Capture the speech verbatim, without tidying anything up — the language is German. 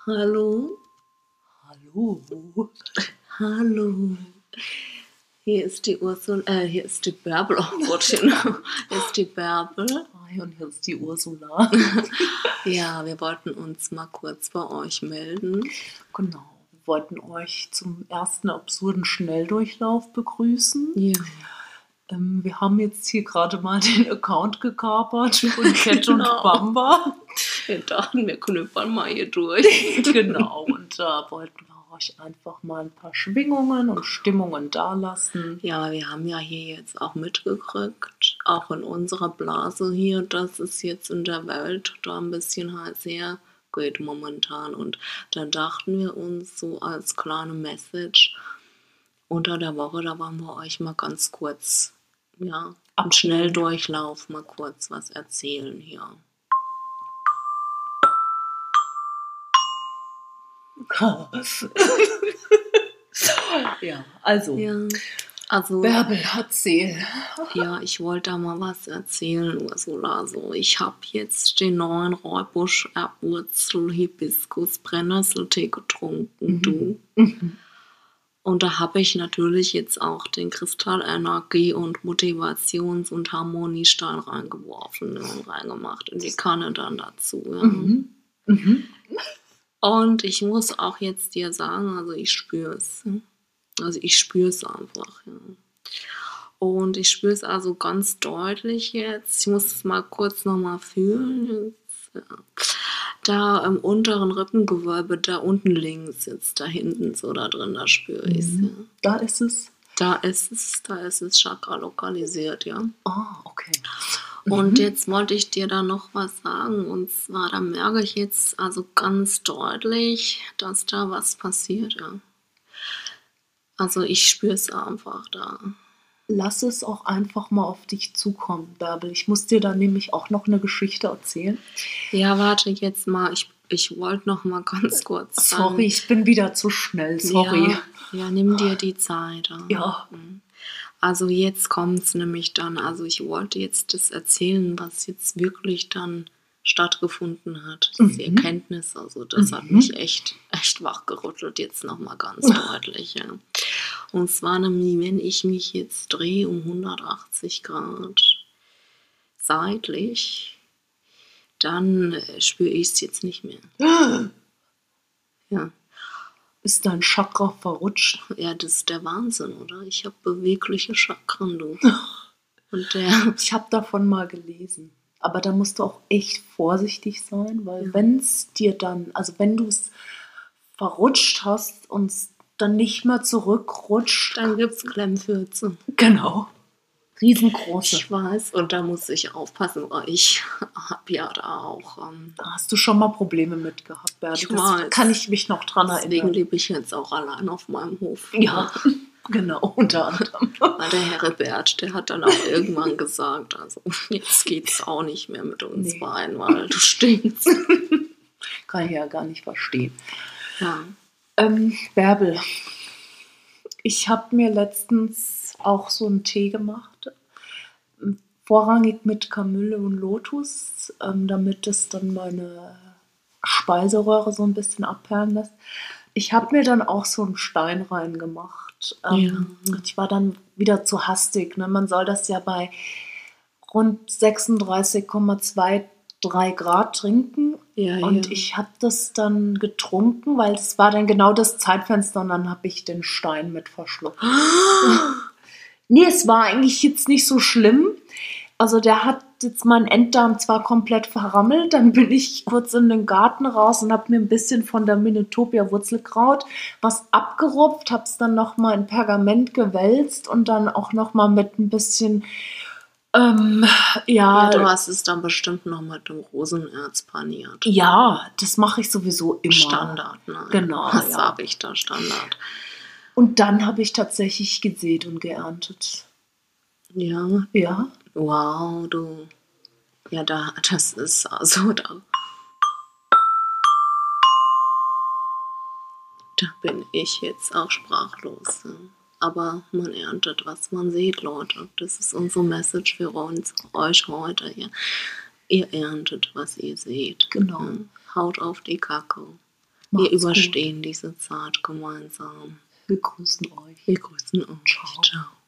Hallo, Hallo. hallo. Hier ist die Ursula, äh, hier ist die Bärbel. Oh Gottchen, hier ist die Bärbel. Hi, und hier ist die Ursula. Ja, wir wollten uns mal kurz bei euch melden. Genau, wir wollten euch zum ersten absurden Schnelldurchlauf begrüßen. Ja, Ähm, wir haben jetzt hier gerade mal den Account gekapert von Cat und Genau. Bamba. wir dachten, wir knüppern mal hier durch. Genau, und da wollten wir euch einfach mal ein paar Schwingungen und Stimmungen dalassen. Ja, wir haben ja hier jetzt auch mitgekriegt, auch in unserer Blase hier, dass es jetzt in der Welt da ein bisschen heiß her geht momentan. Und da dachten wir uns so als kleine Message, unter der Woche, da wollen wir euch mal ganz kurz, ja, im Abholen. Schnelldurchlauf mal kurz was erzählen hier. Ja, also, Ja, also, Bärbel, erzähl. ja, ich wollte da mal was erzählen, Ursula. So, ich habe jetzt den neuen Räubusch, Erbwurzel, Hibiskus, Brennnesseltee getrunken, du. Mhm. Und da habe ich natürlich jetzt auch den Kristallenergie- und Motivations- und Harmoniestein reingeworfen, ne, und reingemacht in die Kanne dann dazu. Ja. Mhm. Mhm. Und ich muss auch jetzt dir sagen, also ich spüre es. Also ich spüre es einfach. Ja. Und ich spüre es also ganz deutlich jetzt. Ich muss es mal kurz nochmal fühlen. Jetzt, ja. Da im unteren Rippengewölbe, da unten links jetzt, da hinten so da drin, da spüre ich es. Ja. Da ist es. Da ist es, da ist es Chakra lokalisiert, ja. Ah, okay. Und Mhm. jetzt wollte ich dir da noch was sagen. Und zwar, da merke ich jetzt also ganz deutlich, dass da was passiert, ja. Also ich spüre es einfach da. Lass es auch einfach mal auf dich zukommen, Bärbel. Ich muss dir da nämlich auch noch eine Geschichte erzählen. Ja, warte jetzt mal. Ich, ich wollte noch mal ganz kurz sagen. Sorry, ich bin wieder zu schnell. Sorry. Ja, ja, nimm dir die Zeit. Ja. Ja. Also jetzt kommt es nämlich dann. Also ich wollte jetzt das erzählen, was jetzt wirklich dann stattgefunden hat. Das ist die Mhm. Erkenntnis. Also das hat Mhm. mich echt, echt wachgerüttelt jetzt nochmal ganz deutlich. Ja. Und zwar nämlich, wenn ich mich jetzt drehe um hundertachtzig Grad seitlich, dann äh, spüre ich es jetzt nicht mehr. Ja. Ist dein Chakra verrutscht? Ja, das ist der Wahnsinn, oder? Ich habe bewegliche Chakren, du. Und der, Ich habe davon mal gelesen. Aber da musst du auch echt vorsichtig sein, weil Ja. wenn es dir dann, also wenn du es verrutscht hast und es dann nicht mehr zurückrutscht, dann gibt es Klemmfürze. genau, riesengroße. Ich weiß, und da muss ich aufpassen, weil ich habe ja da auch, ähm, Da hast du schon mal Probleme mit gehabt, Bärbel. Ich Das weiß. kann ich mich noch dran deswegen erinnern. lebe ich jetzt auch allein auf meinem Hof. Ja, genau, unter anderem. Weil der Heribert, der hat dann auch irgendwann gesagt, also jetzt geht's auch nicht mehr mit uns Nee. beiden, weil du stinkst. Kann ich ja gar nicht verstehen. Ja. Ähm, Bärbel, ich habe mir letztens auch so einen Tee gemacht, ähm, vorrangig mit Kamille und Lotus, ähm, damit es dann meine Speiseröhre so ein bisschen abperlen lässt. Ich habe mir dann auch so einen Stein reingemacht. Ähm, Ich war dann wieder zu hastig. Ne? Man soll das ja bei rund sechsunddreißig Komma drei Grad trinken. Ja, Und ja. ich habe das dann getrunken, weil es war dann genau das Zeitfenster und dann habe ich den Stein mit verschluckt. Nee, es war eigentlich jetzt nicht so schlimm. Also der hat jetzt meinen Enddarm zwar komplett verrammelt, dann bin ich kurz in den Garten raus und habe mir ein bisschen von der Minotopia Wurzelkraut was abgerupft, habe es dann nochmal in Pergament gewälzt und dann auch nochmal mit ein bisschen, ähm, Ja, ja, du hast es dann bestimmt noch mit dem Rosenerz paniert. ja, das mache ich sowieso immer. Standard, ne? Genau, Was ja. sage ich da? Standard. Und dann habe ich tatsächlich gesät und geerntet. Ja, Ja, wow, du. Ja, da, das ist also da. Da bin ich jetzt auch sprachlos. Ne? Aber man erntet, was man sieht, Leute. Das ist unsere Message für uns, euch heute hier. Ihr erntet, was ihr seht. Genau. Ja? Haut auf die Kacke. Wir Macht's gut. überstehen diese Zeit gemeinsam. Wir grüßen euch. Wir grüßen euch. Ciao. Ciao.